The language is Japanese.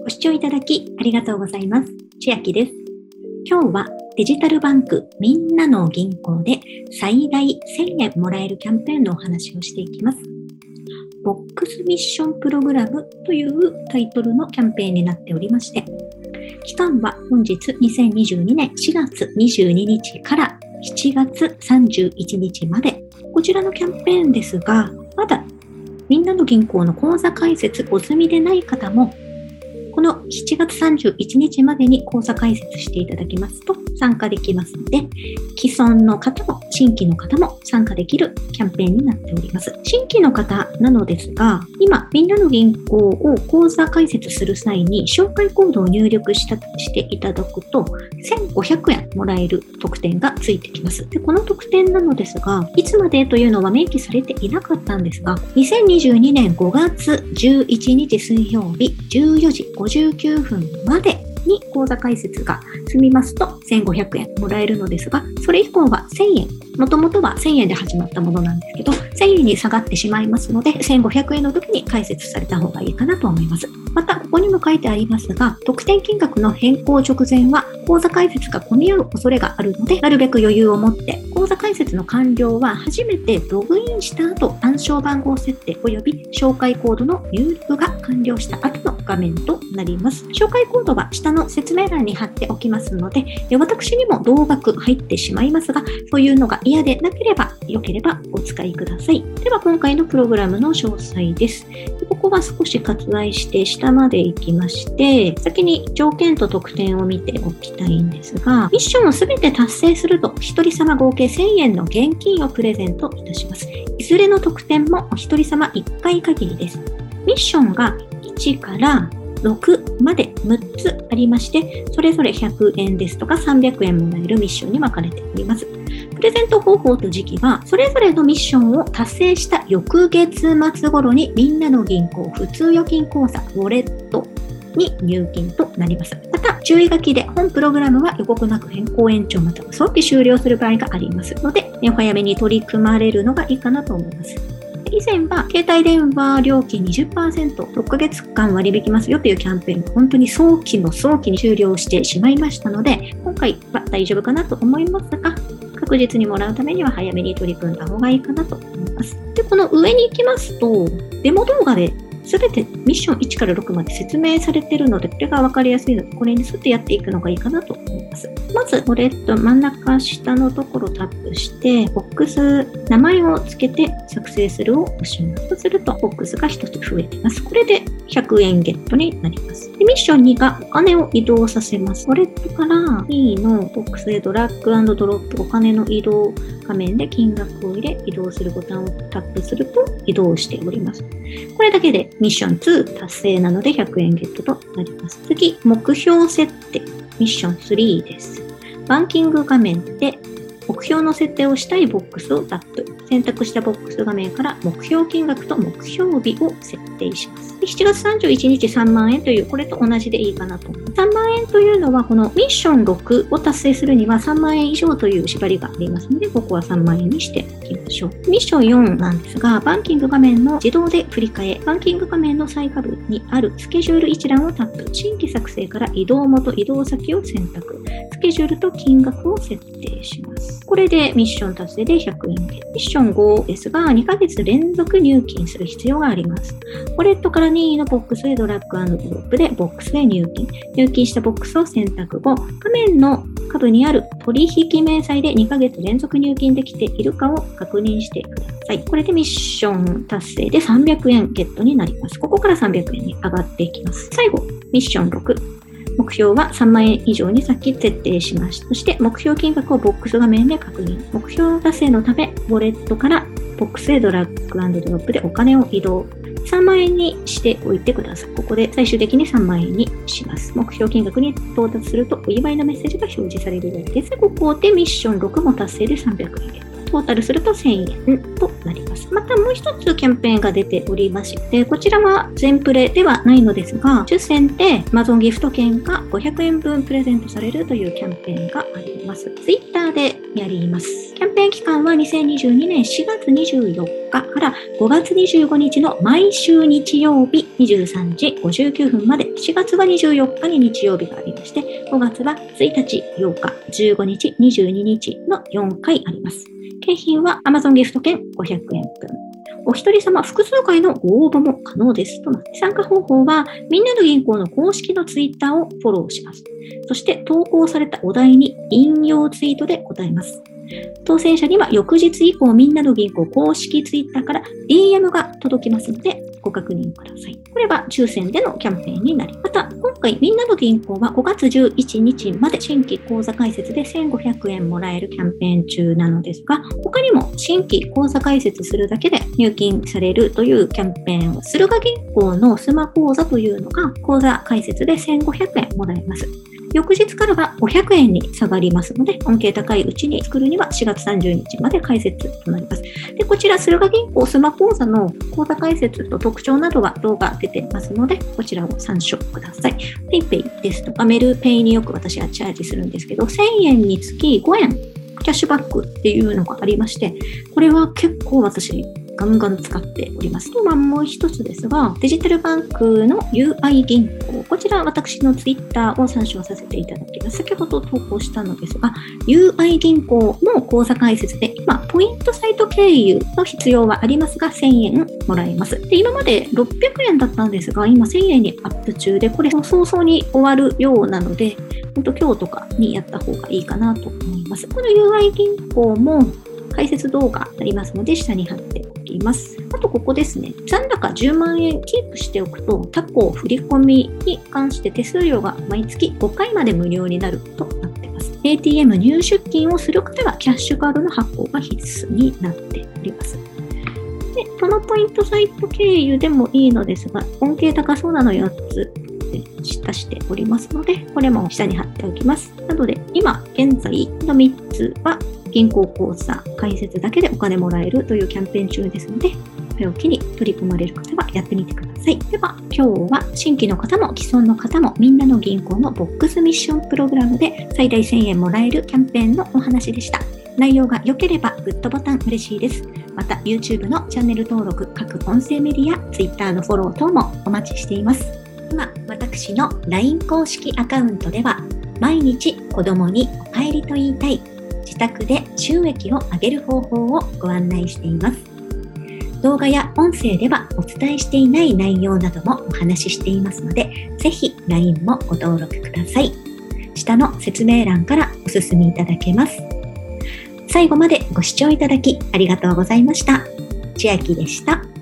ご視聴いただきありがとうございます。千秋です。今日はデジタルバンクみんなの銀行で最大1000円もらえるキャンペーンのお話をしていきます。ボックスミッションプログラムというタイトルのキャンペーンになっておりまして、期間は本日2022年4月22日から7月31日まで。こちらのキャンペーンですが、まだみんなの銀行の口座開設お済みでない方も、この7月31日までに口座開設していただきますと参加できますので、既存の方も新規の方も参加できるキャンペーンになっております。新規の方なのですが、今みんなの銀行を口座開設する際に紹介コードを入力していただくと1500円もらえる特典がついてきます。で、この特典なのですが、いつまでというのは明記されていなかったんですが、2022年5月11日水曜日14時59分までに口座開設が済みますと1500円もらえるのですが、それ以降は1000円、もともとは1000円で始まったものなんですけど、1000円に下がってしまいますので、1500円の時に開設された方がいいかなと思います。また、ここにも書いてありますが、特典金額の変更直前は口座開設が混み合う恐れがあるので、なるべく余裕を持って、口座開設の完了は初めてログインした後、暗証番号設定及び紹介コードの入力が完了した後の画面となります。紹介コードは下の説明欄に貼っておきますので、私にも同額入ってしまいますが、そういうのが嫌でなければ、良ければお使いください。では、今回のプログラムの詳細です。ここは少し割愛して下まで行きまして、先に条件と特典を見ておきたいんですが、ミッションをすべて達成すると、一人様合計1000円の現金をプレゼントいたします。いずれの特典もお一人様1回限りです。ミッションが1から6まで6つありまして、それぞれ100円ですとか300円もらえるミッションに分かれております。プレゼント方法と時期は、それぞれのミッションを達成した翌月末頃にみんなの銀行普通預金口座ウォレットに入金となります。また、注意書きで本プログラムは予告なく変更延長または早期終了する場合がありますので、お早めに取り組まれるのがいいかなと思います。以前は携帯電話料金 20%、6ヶ月間割引きますよというキャンペーンが本当に早期に終了してしまいましたので、今回は大丈夫かなと思いますが、確実にもらうためには早めに取り組んだ方がいいかなと思います。で、この上に行きますと、デモ動画で全てミッション1から6まで説明されているので、これが分かりやすいので、これに沿ってやっていくのがいいかなと思います。まず、ウォレット真ん中下のところをタップして、ボックス、名前を付けて作成するを押します。そうすると、ボックスが1つ増えています。これで100円ゲットになります。で、ミッション2がお金を移動させます。ウォレットから2のボックスへドラッグ&ドロップ、お金の移動画面で金額を入れ、移動するボタンをタップすると移動しております。これだけでミッション2達成なので100円ゲットとなります。次、目標設定、ミッション3です。バンキング画面で目標の設定をしたいボックスをタップ。選択したボックス画面から目標金額と目標日を設定します。7月31日3万円という、これと同じでいいかなと思います。3万円というのは、このミッション6を達成するには3万円以上という縛りがありますので、ここは3万円にしておきましょう。ミッション4なんですが、バンキング画面の自動で振り替え、バンキング画面の最下部にあるスケジュール一覧をタップ、新規作成から移動元、移動先を選択、スケジュールと金額を設定します。これでミッション達成で100円ゲット。ミッション5ですが、2ヶ月連続入金する必要があります。ウォレットから任意のボックスへドラッグ&ドロップでボックスへ入金。入金したボックスを選択後、画面の下部にある取引明細で2ヶ月連続入金できているかを確認してください。これでミッション達成で300円ゲットになります。ここから300円に上がっていきます。最後、ミッション6。目標は3万円以上にさっき設定しました。そして目標金額をボックス画面で確認。目標達成のため、ウォレットからボックスへドラッグ&ドロップでお金を移動。3万円にしておいてください。ここで最終的に3万円にします。目標金額に到達するとお祝いのメッセージが表示されるようです。ここでミッション6も達成で300円ゲット。トータルすると1000円となります。またもう一つキャンペーンが出ておりまして、こちらは全プレではないのですが、抽選で Amazon ギフト券が500円分プレゼントされるというキャンペーンがあります。Twitter ターでやります。キャンペーン期間は2022年4月24日から5月25日の毎週日曜日23時59分まで、4月は24日に日曜日がありまして、5月は1日、8日、15日、22日の4回あります。景品は Amazon ギフト券500円分。お一人様複数回のご応募も可能ですと。参加方法は、みんなの銀行の公式のツイッターをフォローします。そして投稿されたお題に引用ツイートで答えます。当選者には翌日以降、みんなの銀行公式ツイッターから DM が届きますので、ご確認ください。これは抽選でのキャンペーンになります。また、今回みんなの銀行は5月11日まで新規口座開設で1500円もらえるキャンペーン中なのですが、他にも新規口座開設するだけで入金されるというキャンペーンを、スルガ銀行のスマ口座というのが口座開設で1500円もらえます。翌日からは500円に下がりますので、恩恵高いうちに作るには4月30日まで開設となります。で、こちら、スルガ銀行スマ口座の口座開設と特徴などは動画出てますので、こちらを参照ください。PayPay ですとか、メルペイによく私はチャージするんですけど、1000円につき5円キャッシュバックっていうのがありまして、これは結構私、ガンガン使っております。もう一つですが、デジタルバンクの UI 銀行。こちら私のツイッターを参照させていただきます。先ほど投稿したのですが、UI 銀行の口座開設で、今、ポイントサイト経由の必要はありますが、1000円もらえます。で、今まで600円だったんですが、今1000円にアップ中で、これ早々に終わるようなので、今日とかにやった方がいいかなと思います。この UI 銀行も解説動画ありますので、下に貼っておきます。あとここですね。残高10万円キープしておくと、他行振込に関して手数料が毎月5回まで無料になるとなっています。ATM 入出金をする方はキャッシュカードの発行が必須になっております。で、このポイントサイト経由でもいいのですが、恩恵高そうなの4つ足しておりますので、これも下に貼っておきます。なので、今現在の3つは銀行口座開設だけでお金もらえるというキャンペーン中ですので、これを機に取り組まれる方はやってみてください。では、今日は新規の方も既存の方もみんなの銀行のボックスミッションプログラムで最大1000円もらえるキャンペーンのお話でした。内容が良ければグッドボタン嬉しいです。また YouTube のチャンネル登録、各音声メディア、Twitter のフォロー等もお待ちしています。今、私の LINE 公式アカウントでは毎日子供にお帰りと言いたい、自宅で収益を上げる方法をご案内しています。動画や音声ではお伝えしていない内容などもお話ししていますので、ぜひ LINE もご登録ください。下の説明欄からお進みいただけます。最後までご視聴いただきありがとうございました。千秋でした。